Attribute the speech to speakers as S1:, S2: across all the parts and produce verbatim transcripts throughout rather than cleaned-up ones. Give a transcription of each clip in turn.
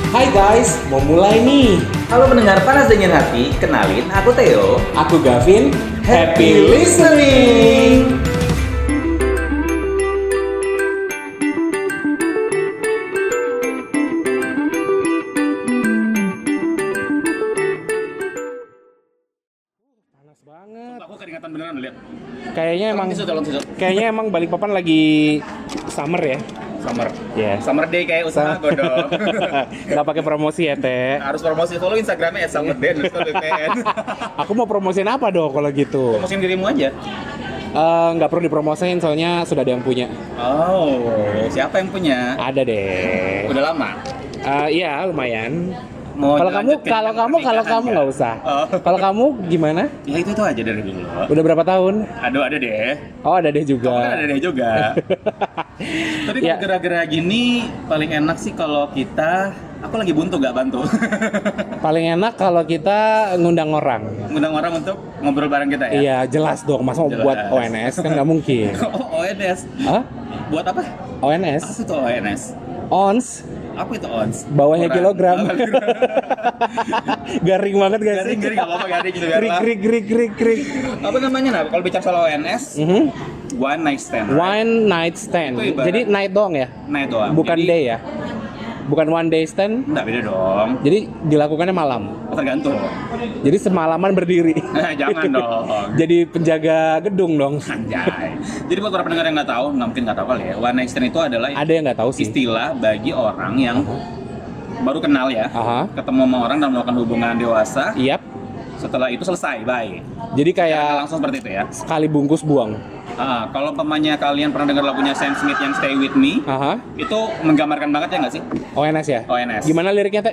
S1: Hai guys, mau mulai nih.
S2: Halo pendengar Panas Dingin Hati, kenalin aku Theo.
S1: Aku Gavin. Happy listening. Panas banget.
S2: Aku keringatan beneran lihat.
S1: Kayaknya emang
S2: Tisu, tolong tisu.
S1: kayaknya emang Balikpapan lagi summer ya.
S2: Summer.
S1: Ya.
S2: Summer day kayak usaha
S1: Sa-
S2: godol.
S1: Nggak pakai promosi ya, Teh.
S2: Harus promosi, follow Instagramnya at summerday underscore B P N.
S1: Aku mau promosiin apa dong kalau gitu?
S2: Promosiin dirimu aja.
S1: Eh, nggak perlu dipromosin soalnya sudah ada yang punya.
S2: Oh, siapa yang punya?
S1: Ada deh.
S2: Udah lama.
S1: Eh, iya lumayan.
S2: Mau
S1: Kalau kamu,
S2: lanjut ke
S1: kalau
S2: jenjang
S1: kamu, kalau
S2: pernikahan
S1: kamu
S2: nggak?
S1: nggak usah.
S2: Oh.
S1: Kalau kamu gimana?
S2: Ya itu itu aja dari dulu.
S1: Udah berapa tahun?
S2: Aduh ada deh.
S1: Oh ada deh juga.
S2: Kamu kan ada deh juga. Tapi kalau
S1: Ya.
S2: gerak-gerak gini paling enak sih kalau kita. Aku lagi buntu gak bantu.
S1: Paling enak kalau kita ngundang orang.
S2: Ngundang orang untuk ngobrol bareng kita ya.
S1: Iya jelas dong. Masa mau
S2: Jelas.
S1: buat O N S kan nggak mungkin.
S2: Oh, O N S.
S1: Hah?
S2: Buat apa?
S1: O N
S2: Apa
S1: S?
S2: itu O N S?
S1: Ons?
S2: Apa itu ons?
S1: Bawahnya
S2: Orang.
S1: kilogram.
S2: Oh,
S1: Garing banget gak sih?
S2: garing garing gak apa-apa garing gitu biar
S1: Krik
S2: lah.
S1: krik krik krik krik.
S2: Apa namanya nah? Kalau bicara soal O N S,
S1: Mhm.
S2: one night stand. Right?
S1: One night stand.
S2: Itu ibarat-
S1: Jadi night doang ya?
S2: Night doang.
S1: Bukan
S2: Jadi,
S1: day ya? Bukan one day stand.
S2: Enggak beda dong.
S1: Jadi dilakukannya malam.
S2: Tergantung.
S1: Jadi semalaman berdiri.
S2: Eh, jangan dong.
S1: Jadi penjaga gedung dong.
S2: Anjay. Jadi buat para pendengar yang nggak tahu, nggak mungkin nggak tahu kali ya. One night stand itu adalah
S1: Ada yang nggak tahu sih.
S2: istilah bagi orang yang baru kenal ya,
S1: Aha.
S2: ketemu sama orang dan melakukan hubungan dewasa.
S1: Yap.
S2: Setelah itu selesai, bye.
S1: Jadi
S2: Jangan
S1: kayak
S2: langsung seperti itu ya.
S1: sekali bungkus buang.
S2: Ah, kalau pemanya kalian pernah dengar lagunya Sam Smith yang Stay With Me,
S1: Aha.
S2: itu menggambarkan banget ya nggak sih?
S1: O N S ya?
S2: O N S.
S1: Gimana liriknya, Teh?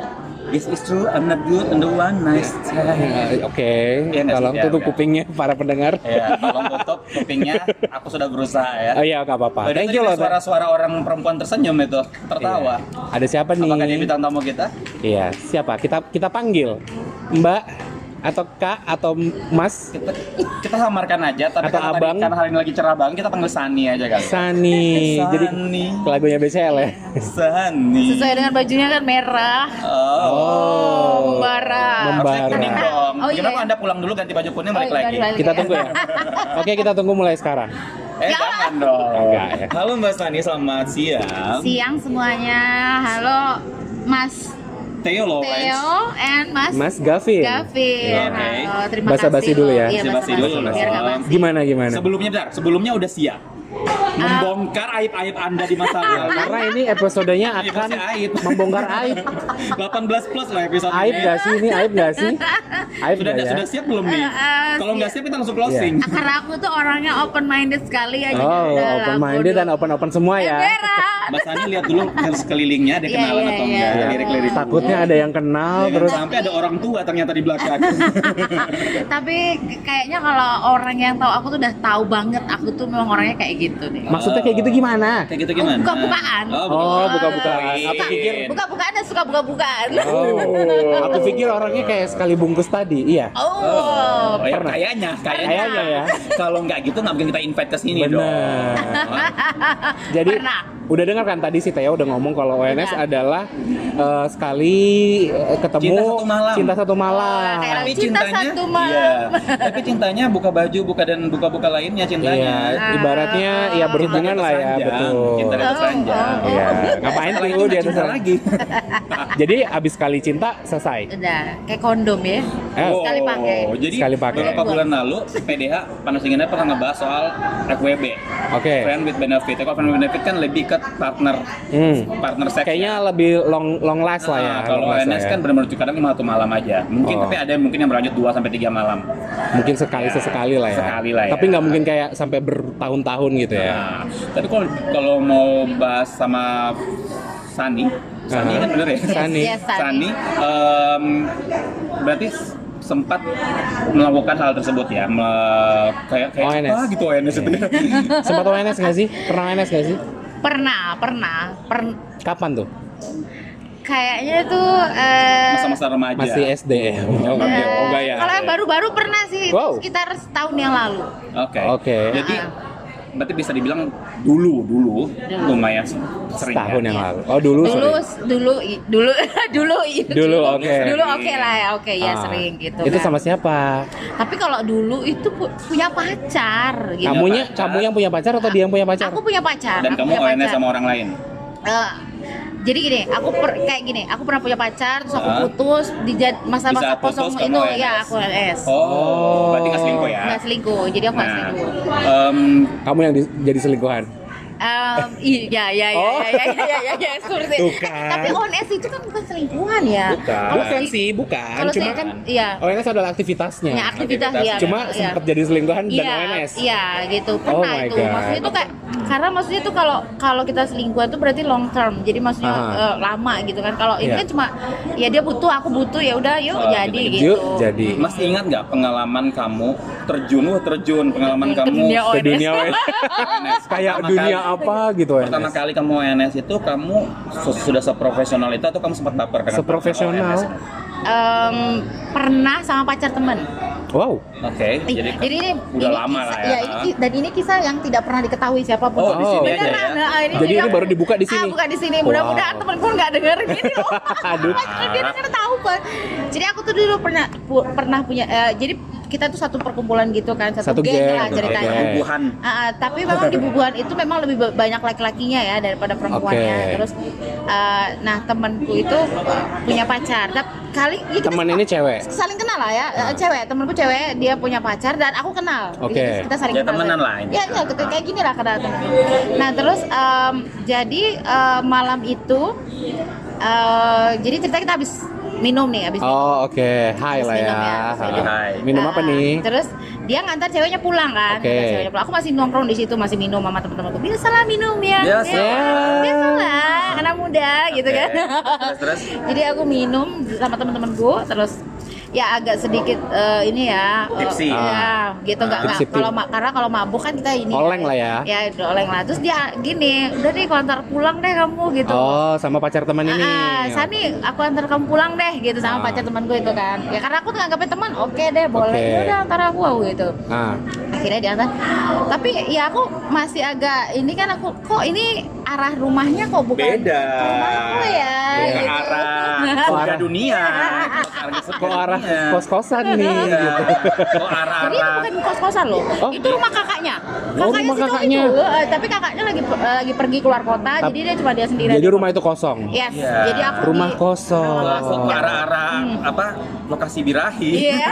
S2: This is true, I'm not good on the one night stand.
S1: Eh, Oke,
S2: Iya nggak
S1: tolong
S2: sih? Ya,
S1: tutup
S2: udah.
S1: kupingnya para pendengar.
S2: Ya, tolong tutup kupingnya. Aku sudah berusaha ya.
S1: Oh iya, nggak apa-apa.
S2: Tadi
S1: Thank
S2: tadi
S1: you
S2: ada
S1: loh, Teh.
S2: suara-suara orang perempuan tersenyum itu, tertawa.
S1: Iya. Ada siapa nih?
S2: Apakah dia bintang tamu kita?
S1: Iya, siapa? Kita kita panggil Mbak atau Kak atau Mas
S2: Kita, kita samarkan aja, tapi
S1: Atau
S2: karena tadi-
S1: abang?
S2: karena hari ini lagi cerah banget, kita panggil Sani aja kali.
S1: Sani. Jadi
S2: Sani.
S1: lagunya B C L ya.
S2: Sani.
S3: Sesuai dengan bajunya kan merah.
S2: Oh.
S1: Oh,
S3: membara.
S2: Harusnya
S1: membara.
S2: kuning dong.
S3: Oh, iya.
S2: Kenapa Anda pulang dulu ganti baju kuning balik
S3: Oh, iya,
S2: lagi?
S3: balik
S1: Kita tunggu ya. Oke, kita tunggu mulai sekarang.
S2: Eh jangan dong.
S1: Enggak ya.
S2: Halo Mbak Sani, selamat siang.
S3: Siang semuanya. Halo Mas
S2: Theo loh.
S3: Theo and Mas,
S1: Mas Gavin.
S3: Gavin.
S2: Iya, oke.
S3: Halo, terima
S1: Basa-basi
S3: kasih.
S1: dulu ya.
S3: Iya,
S2: Basa-basi
S3: basa-basi
S2: dulu.
S3: biar nggak basi.
S1: Gimana gimana?
S2: Sebelumnya bentar, sebelumnya udah siap membongkar aib-aib Anda di masa
S1: Ya,
S2: lalu.
S1: karena ini episodenya
S2: Iya,
S1: akan
S2: masih aib.
S1: membongkar aib.
S2: delapan belas plus lah episode
S1: Aib
S2: ini.
S1: gak sih ini? Aib gak sih? Aib
S2: Sudah
S1: gak ya?
S2: sudah siap belum nih?
S3: Eh,
S2: Kalau nggak siap kita langsung closing.
S3: Ah, karena aku tuh orangnya open minded sekali ya. jadi
S1: Oh,
S3: udah lah,
S1: open minded
S3: bodo.
S1: dan open open semua ya.
S3: Merah.
S2: Mbak Sani lihat dulu ke sekelilingnya ada
S3: Iya,
S2: kenalan
S3: iya,
S2: atau
S3: iya.
S2: enggak,
S3: Iya.
S2: lirik-lirik.
S1: Takutnya ada yang kenal
S2: Ya kan,
S1: terus
S2: sampai ada orang tua ternyata di belakang.
S3: Tapi kayaknya kalau orang yang tahu aku tuh udah tahu banget aku tuh memang orangnya kayak gitu deh.
S1: maksudnya kayak gitu gimana?
S2: Kayak gitu gimana?
S3: Oh, buka-bukaan.
S1: Oh, buka-bukaan.
S2: Iya.
S1: Aku pikir
S3: Buka-bukaan dan suka buka-bukaan.
S1: Oh, aku pikir orangnya kayak sekali bungkus tadi. Iya.
S3: Oh.
S2: Oh, ya,
S1: Pernah.
S2: kayaknya, kayaknya,
S1: Kayaknya ya.
S2: Kalau nggak gitu nggak mungkin kita invite ke sini dong.
S1: Benar. Jadi
S3: Pernah.
S1: udah dengar kan tadi si Theo udah ngomong kalau O N S
S3: Udah.
S1: adalah eh, sekali eh, ketemu
S2: Cinta satu malam.
S1: cinta satu malam.
S3: Oh, kayak
S2: Tapi
S3: Cinta
S2: cintanya,
S3: satu malam.
S2: iya. Tapi cintanya buka baju, buka dan buka-buka lainnya cintanya.
S1: Iya, ibaratnya ya berhubungan lah ya,
S2: Ranjang.
S1: betul.
S2: Cinta di atas
S3: Oh,
S2: ranjang.
S3: oh,
S1: Iya, ngapain
S2: Setelah itu
S1: tuh
S2: nggak
S1: dia
S2: cinta lagi.
S1: Jadi abis kali cinta selesai.
S3: Udah kayak kondom ya.
S1: Eh,
S3: Sekali pakai.
S2: Oh, jadi
S1: Sekali pakai.
S2: beberapa bulan lalu P D H Panas Dinginnya pernah ngebahas soal F W B.
S1: Oke.
S2: Friend with benefit. Kalau friend with benefit kan lebih ke partner,
S1: Hmm.
S2: partner seks.
S1: Kayaknya lebih long long last lah ya.
S2: Nah, kalau
S1: long
S2: O
S1: last
S2: N
S1: lah
S2: S
S1: ya.
S2: kan benar-benar kadang cuma satu malam aja. Mungkin
S1: Oh.
S2: tapi ada yang mungkin yang berlanjut dua sampai tiga malam.
S1: Mungkin sekali
S2: Ya,
S1: sesekali lah ya.
S2: sekali lah ya.
S1: Tapi nggak mungkin kayak sampai bertahun-tahun gitu ya.
S2: Nah, tapi kalau kalau mau bahas sama Sani, Sani
S1: Aha.
S2: kan bener ya?
S1: Sani.
S3: Yes, Sani.
S2: Sani, em, berarti sempat melakukan hal tersebut ya, Me- kayak kayak
S1: O N S.
S2: apa gitu O N S itu.
S1: Sempat O N S nggak sih? Pernah O N S nggak sih?
S3: Pernah, pernah. Per-
S1: Kapan tuh?
S3: kayaknya itu eh
S2: Masa-masa remaja.
S1: Masih S D ya? Oh, enggak,
S3: eh,
S1: oh, enggak ya?
S3: Kalau yang baru-baru pernah sih, itu
S1: Wow.
S3: sekitar setahun yang lalu.
S2: Oke.
S1: Oke.
S2: Jadi berarti bisa dibilang dulu dulu lumayan sering
S1: Setahun
S2: ya.
S1: yang lalu. Oh dulu,
S3: dulu
S1: sorry.
S3: dulu i- dulu dulu i-
S1: Dulu, oke.
S3: dulu oke lah ya oke ya
S1: Ah.
S3: sering gitu
S1: Itu
S3: kan.
S1: sama siapa?
S3: Tapi kalau dulu itu pu- punya pacar gitu.
S1: Kamunya,
S2: pacar.
S1: kamu yang punya pacar atau dia yang punya pacar?
S3: Aku punya pacar.
S2: Dan
S3: aku
S2: kamu
S3: punya
S2: O N S
S3: pacar.
S2: sama orang lain.
S3: Eh, jadi gini, aku per, kayak gini, aku pernah punya pacar, terus aku
S2: Ah.
S3: putus di jad-
S2: Di
S3: masa-masa
S2: saat
S3: kosong
S2: putus kamu
S3: itu
S2: O N S.
S3: ya aku O N S.
S2: Oh, berarti nggak selingkuh ya?
S3: Nggak selingkuh, jadi aku nggak
S2: Nah,
S3: selingkuh.
S2: em,
S1: Kamu yang di- jadi selingkuhan?
S3: Um, iya, iya, iya,
S1: Oh.
S3: iya, iya, iya, iya, iya, seperti.
S1: Tuh
S3: Eh,
S1: kan.
S3: tapi O N S itu kan bukan selingkuhan ya.
S2: Bukan.
S3: Kalau
S1: Bukan
S3: seli-
S1: sih, bukan.
S3: Kalau
S1: Cuma
S3: saya kan, iya.
S1: O N S adalah aktivitasnya.
S3: Ya, aktivitas
S2: Aktivitas.
S3: ya.
S1: Cuma
S3: iya.
S1: sempat jadi selingkuhan dan
S3: Iya,
S1: O N S.
S3: iya gitu. Pernah
S1: my
S3: itu.
S1: God.
S3: Maksudnya itu kayak karena maksudnya itu kalau kalau kita selingkuhan itu berarti long term. Jadi maksudnya
S1: Aha.
S3: eh, lama gitu kan. Kalau ini
S1: Iya.
S3: kan cuma ya dia butuh, aku butuh, ya udah yuk
S2: Oh,
S3: jadi
S2: gitu.
S3: gitu.
S1: Yuk, jadi.
S2: Masih ingat nggak pengalaman kamu terjun, wah terjun pengalaman
S3: Ke
S2: kamu
S3: dunia O
S1: Ke
S3: N S.
S1: dunia O N S. Kayak
S2: Pertama
S1: dunia
S2: kali-
S1: apa gitu O N S.
S2: Pertama kali kamu O N S itu kamu su- sudah seprofesional itu atau kamu sempat baper dengan
S1: Seprofesional.
S2: O N S?
S3: Em, pernah sama pacar temen.
S1: Wow.
S2: Oke,
S3: Ih,
S2: jadi,
S3: jadi ini
S2: udah
S3: ini
S2: lama
S3: kisah,
S2: lah ya.
S3: ini ki- dan ini kisah yang tidak pernah diketahui siapapun.
S2: Oh, di sini aja
S3: Beneran,
S2: ya?
S3: nah,
S1: Jadi ini
S3: aku-
S1: baru dibuka di sini?
S3: Ah, bukan di sini. Mudah-mudahan
S1: Wow.
S3: temanku nggak dengerin ini loh.
S1: Aduh.
S3: Dia denger tahu Pak. Jadi aku tuh dulu pernah pu- pernah punya eh, jadi kita tuh satu perkumpulan gitu kan, satu,
S1: Satu
S3: geng,
S1: geng,
S3: lah
S1: satu
S3: ceritanya.
S1: geng.
S2: Bubuhan.
S3: Ah, ah, tapi memang di bubuhan itu memang lebih ba- banyak laki-lakinya ya daripada perempuannya.
S1: Oke.
S3: Terus eh, nah temanku itu eh, punya pacar. Dan kali ya kita
S1: Teman
S3: semua
S1: ini cewek.
S3: saling kenal lah ya. Eh, cewek, temanku cewek, dia punya pacar dan aku kenal.
S1: Oke.
S3: Jadi kita saling
S2: Ya,
S3: kenal.
S2: temenan lah ini.
S3: Ya, ya kayak kayak gini lah kenal temanku. Nah, terus em, jadi eh, malam itu eh, jadi cerita kita habis minum nih, habis minum.
S1: Oh oke, hai
S3: Habis
S1: lah
S3: minum
S1: ya.
S3: ya, habis
S1: Ha.
S3: minum.
S2: Hai.
S1: Minum apa
S3: Ah,
S1: nih?
S3: Terus dia ngantar ceweknya pulang kan.
S1: Oke.
S3: Ngantar ceweknya pulang. Aku masih nongkrong di situ, masih minum sama teman-temanku. Biasalah minum ya.
S2: Biasa.
S3: Ya, biasalah, anak muda gitu
S2: Oke.
S3: kan.
S2: Terus, terus?
S3: Jadi aku minum sama teman-temanku, terus ya agak sedikit eh, ini ya. eh,
S2: Tipsy.
S3: Ya, gitu nggak nggak.
S1: Tipsy-tipsy.
S3: Kalau ma- karena kalau mabuk kan kita ini.
S1: Oleng lah ya.
S3: Ya, udah oleng lah. Terus dia gini, udah deh, aku antar pulang deh kamu gitu.
S1: Oh sama pacar teman ini.
S3: Ah, Sani, aku antar kamu pulang deh gitu sama
S1: Ah.
S3: pacar temanku itu kan. Ya karena aku tuh nganggapnya teman, oke deh boleh.
S1: Oke.
S3: Ya udah antar aku gitu.
S1: Ah.
S3: Akhirnya diantar. Tapi ya aku masih agak ini kan aku kok ini arah rumahnya kok bukan
S2: Beda.
S3: rumahku ya.
S2: Ke
S3: gitu.
S2: arah
S1: Kok
S2: surga
S1: arah-
S2: dunia.
S1: Kok arah
S2: Dunia.
S1: kos-kosan nih
S2: Iya.
S1: gitu.
S2: Kok
S3: Jadi itu
S2: arah-arah.
S3: bukan kos-kosan loh.
S1: Oh.
S3: Itu rumah kakaknya.
S1: Oh,
S3: Kakaknya
S1: rumah
S3: sih cowok
S1: kakaknya.
S3: itu. Eh, tapi kakaknya lagi lagi pergi keluar kota,
S1: Tap-
S3: jadi dia cuma dia sendiri.
S1: Jadi rumah itu kosong.
S3: Yes.
S2: Iya.
S3: Jadi aku
S1: Rumah
S3: di-
S1: kosong.
S3: Rumah
S2: Kok
S3: kosong.
S2: ke arah-arah apa? Lokasi birahi.
S3: Iya.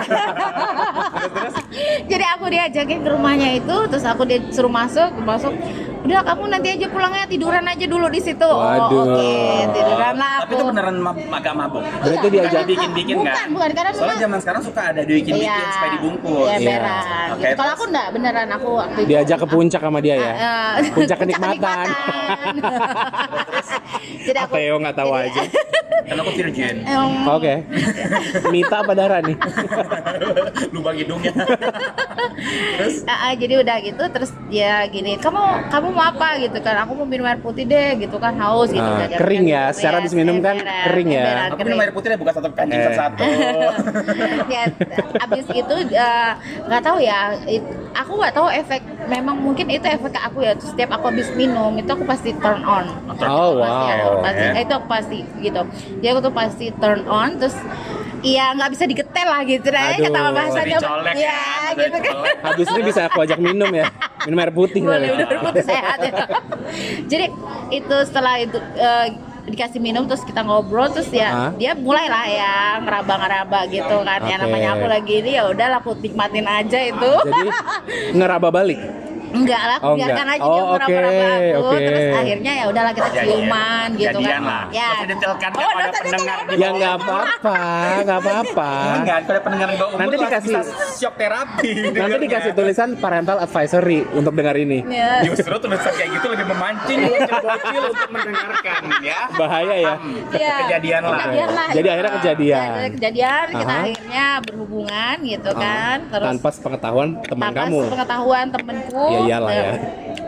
S3: Jadi aku diajakin ke rumahnya itu, terus aku dia suruh masuk, masuk. Udah kamu nanti aja pulangnya tiduran aja dulu di situ.
S1: Waduh.
S3: Oh, oke, tiduran lah
S2: Tapi
S3: aku.
S2: itu beneran mab- agak mabuk.
S1: Berarti
S3: Iya,
S1: diajak
S2: Bikin-bikin
S3: bukan,
S2: kan?
S3: bukan, karena
S2: Soalnya
S3: memang-
S2: zaman sekarang suka ada dibikin-bikin
S3: Iya,
S2: supaya dibungkus.
S3: Iya,
S1: Iya.
S3: beneran.
S2: Oke,
S3: Gitu. Kalau
S2: terus?
S3: aku enggak beneran aku waktu itu.
S1: diajak ke puncak sama dia ya.
S3: Ah, eh,
S1: Puncak kenikmatan.
S3: Jadi aku
S1: Teo nggak tahu
S3: jadi-
S1: aja.
S2: Kan aku virgin.
S3: Em,
S1: Oke. Mita apa Dara nih?
S2: Lubang hidungnya. Terus
S3: Ah, ah, jadi udah gitu terus dia gini, kamu kamu mau apa gitu kan, aku mau minum air putih deh gitu kan, haus gitu.
S1: Ah,
S3: Udah dia
S1: kering
S3: bilang
S1: ya,
S3: gitu.
S1: secara
S3: Yes,
S1: habis minum kan
S3: emberan,
S1: kering ya.
S3: emberan,
S2: aku
S3: kering.
S2: minum air putih deh, bukan satu kancing
S1: Eh.
S2: satu.
S3: Ya, abis itu eh, nggak tahu ya, it- aku nggak tahu efek, memang mungkin itu efek ke aku ya. Terus setiap aku habis minum itu aku pasti turn on.
S1: Oh,
S3: Pasti, ya,
S1: wow.
S3: pasti,
S2: Eh.
S3: itu aku pasti gitu. Jadi aku tuh pasti turn on, terus iya nggak bisa digetel lah gitu nah,
S1: Aduh.
S3: kata bahasanya.
S2: Dicolek
S3: Ya,
S2: kan,
S3: gitu kan.
S2: dicolek.
S1: Habis ini bisa aku ajak minum ya. Minum air putih
S3: Boleh,
S1: kali.
S3: udah putus sehat ya. Jadi itu setelah itu eh, dikasih minum terus kita ngobrol terus ya
S1: Hah?
S3: dia mulai lah ya ngeraba-ngeraba gitu kan. Ya
S1: Oke.
S3: namanya aku lagi ini ya udah aku nikmatin aja itu.
S1: Jadi ngeraba balik.
S3: Enggak lah,
S1: Oh,
S3: biarkan
S1: enggak.
S3: aja dia
S1: Oh,
S3: ngeraba-ngeraba
S1: oke,
S3: aku.
S1: oke.
S3: Terus akhirnya ya udahlah kita
S2: Jadian.
S3: ciuman gitu
S2: Jadian
S3: kan.
S2: lah.
S3: Ya.
S2: Masih detailkan
S3: Oh,
S2: kepada
S3: dosa
S2: pendengar
S3: detailkan.
S2: di
S1: Ya nggak apa-apa, nggak apa-apa.
S2: Enggak, kalau ada pendengar di bawah umur
S1: Nanti
S2: tuh
S1: dikasih-
S2: bisa shock terapi.
S1: Nanti
S2: dengernya.
S1: dikasih tulisan parental advisory untuk dengar ini.
S3: Ya.
S2: Justru tulisan kayak gitu lebih memancing bocil-bocil untuk mendengarkan ya.
S1: Bahaya ya.
S3: Iya.
S2: Kejadian lah.
S3: Kejadian lah.
S1: Jadi akhirnya kejadian.
S3: Ya, kejadian kita
S1: Aha.
S3: akhirnya berhubungan gitu
S1: Ah,
S3: kan. Terus
S1: tanpa sepengetahuan teman
S3: tanpa
S1: kamu.
S3: pengetahuan temenku.
S1: Ya iyalah ya.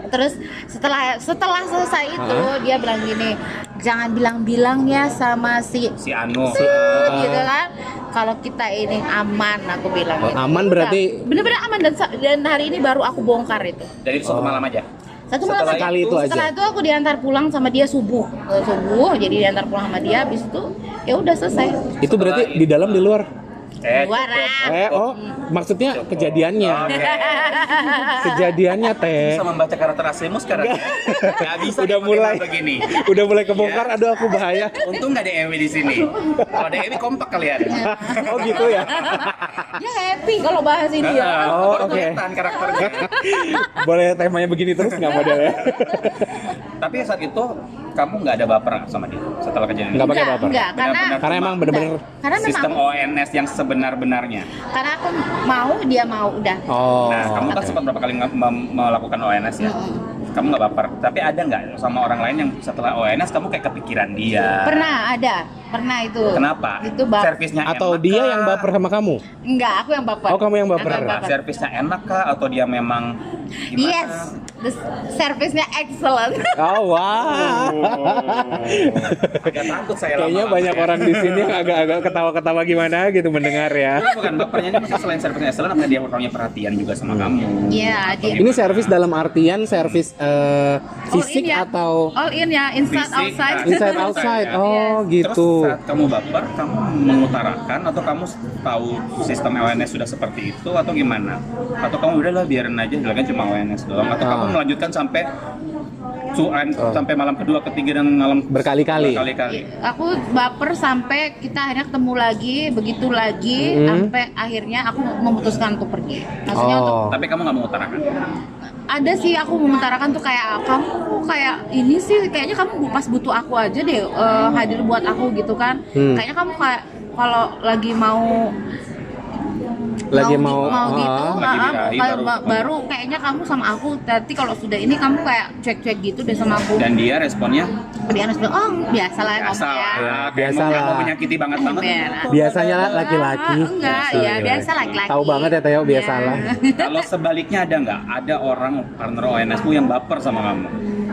S3: Terus setelah setelah selesai itu
S1: Hah?
S3: dia bilang gini, jangan bilang-bilang ya sama si
S2: Si Anu.
S3: gitu kan. Kalau kita ini aman, aku bilang.
S1: Oh,
S3: gitu.
S1: aman
S3: Udah.
S1: berarti-
S3: bener-bener aman dan sa- dan hari ini baru aku bongkar itu.
S2: Dari satu
S1: Oh.
S2: malam aja.
S3: Satu
S2: Setelah
S3: malam
S1: Sekali itu aja.
S3: Setelah itu aku diantar pulang sama dia subuh, Eh, subuh. Jadi diantar pulang sama dia. Habis itu ya udah selesai.
S1: Itu berarti di dalam di luar.
S2: Eh,
S3: Luar,
S2: cukup.
S3: ah.
S1: Eh, oh, maksudnya
S2: Cukup.
S1: kejadiannya.
S2: Oke.
S1: Kejadiannya teh.
S2: Bisa membaca karakter aslimu sekarang. Nggak bisa
S1: Udah
S2: dia pakai
S1: mulai.
S2: nama begini.
S1: Udah mulai kebongkar, aduh aku bahaya.
S2: Untung nggak ada Ewi di sini. Kalau ada Ewi kompak kalian.
S1: Oh gitu ya.
S3: Dia happy kalau bahas ini ya.
S2: Ah,
S1: Oh,
S2: baru
S1: oke.
S2: kelihatan karakternya.
S1: Boleh temanya begini terus nggak model ya?
S2: Tapi saat itu kamu nggak ada baper sama dia setelah kejadian
S1: Nggak
S2: itu?
S1: pakai
S3: Enggak,
S1: baper.
S3: enggak, karena
S2: Benar-benar
S1: Karena emang bener-bener.
S3: karena memang
S2: sistem O N S yang sebenar-benarnya.
S3: karena aku mau, dia mau, udah.
S1: Oh.
S2: Nah, kamu kan sempat berapa kali nge- mem- melakukan O N S ya? Kamu nggak baper. Tapi ada nggak sama orang lain yang setelah O N S kamu kayak kepikiran dia?
S3: Pernah ada, pernah itu.
S2: Kenapa?
S3: Itu bap-
S2: Servisnya
S1: Atau
S2: enak
S1: dia
S2: kah?
S1: yang baper sama kamu?
S3: Enggak, aku yang baper.
S1: Oh, kamu yang baper.
S3: Aku
S2: Nah, servisnya enak kah? Atau dia memang gimana?
S3: Yes, the service-nya excellent.
S1: Oh wow.
S2: Agak takut saya
S1: Kayaknya
S2: lama-lama
S1: banyak
S2: ya.
S1: orang di sini yang agak-agak ketawa-ketawa gimana gitu mendengar ya.
S2: Bukan, bukan bapernya ini maksudnya selain servisnya excellent, apa dia orangnya perhatian juga sama kamu?
S3: Iya, dia
S1: Ini servis dalam artian servis eh,
S3: all
S1: fisik
S3: in ya.
S1: atau
S3: all in ya, inside
S2: Fisik,
S3: outside.
S2: nah,
S1: inside outside? Oh
S2: Terus
S1: gitu.
S2: saat kamu baper, kamu mengutarakan atau kamu tahu sistem O N S sudah seperti itu atau gimana? Atau kamu udahlah biarin aja, kan cuma O N S doang? Atau
S1: Ah.
S2: kamu melanjutkan sampai cuan
S1: Oh.
S2: sampai malam kedua, ketiga dan malam
S1: Berkali-kali.
S2: berkali-kali.
S3: Aku baper sampai kita akhirnya ketemu lagi, begitu lagi,
S1: Mm-hmm.
S3: sampai akhirnya aku memutuskan untuk pergi. Maksudnya untuk
S1: Oh.
S2: Tapi kamu nggak mengutarakan.
S3: ada sih aku mengutarakan tuh kayak kamu kayak ini sih kayaknya kamu pas butuh aku aja deh eh, hadir buat aku gitu kan.
S1: Hmm.
S3: Kayaknya kamu kayak kalau lagi mau
S1: Lagi mau,
S3: gi- mau gitu
S1: ah,
S2: lagi
S3: ah,
S2: dirahi
S3: kayak
S2: baru-
S3: ba- baru kayaknya kamu sama aku nanti kalau sudah ini kamu kayak cuek-cuek gitu deh sama aku.
S2: Dan dia responnya
S3: Dia harus bilang oh biasa lah
S2: biasa
S3: kamu ya.
S2: lah, kayak
S1: biasa
S2: mau- nggak mau
S1: lah.
S2: menyakiti banget banget.
S3: Biasa.
S1: Biasanya lah laki-laki.
S3: Ah, enggak, ya biasa laki-laki.
S1: Tahu banget ya Teo, biasa
S3: Iya.
S1: lah.
S2: Kalau sebaliknya ada nggak? Ada orang partner O N S-mu yang baper sama kamu?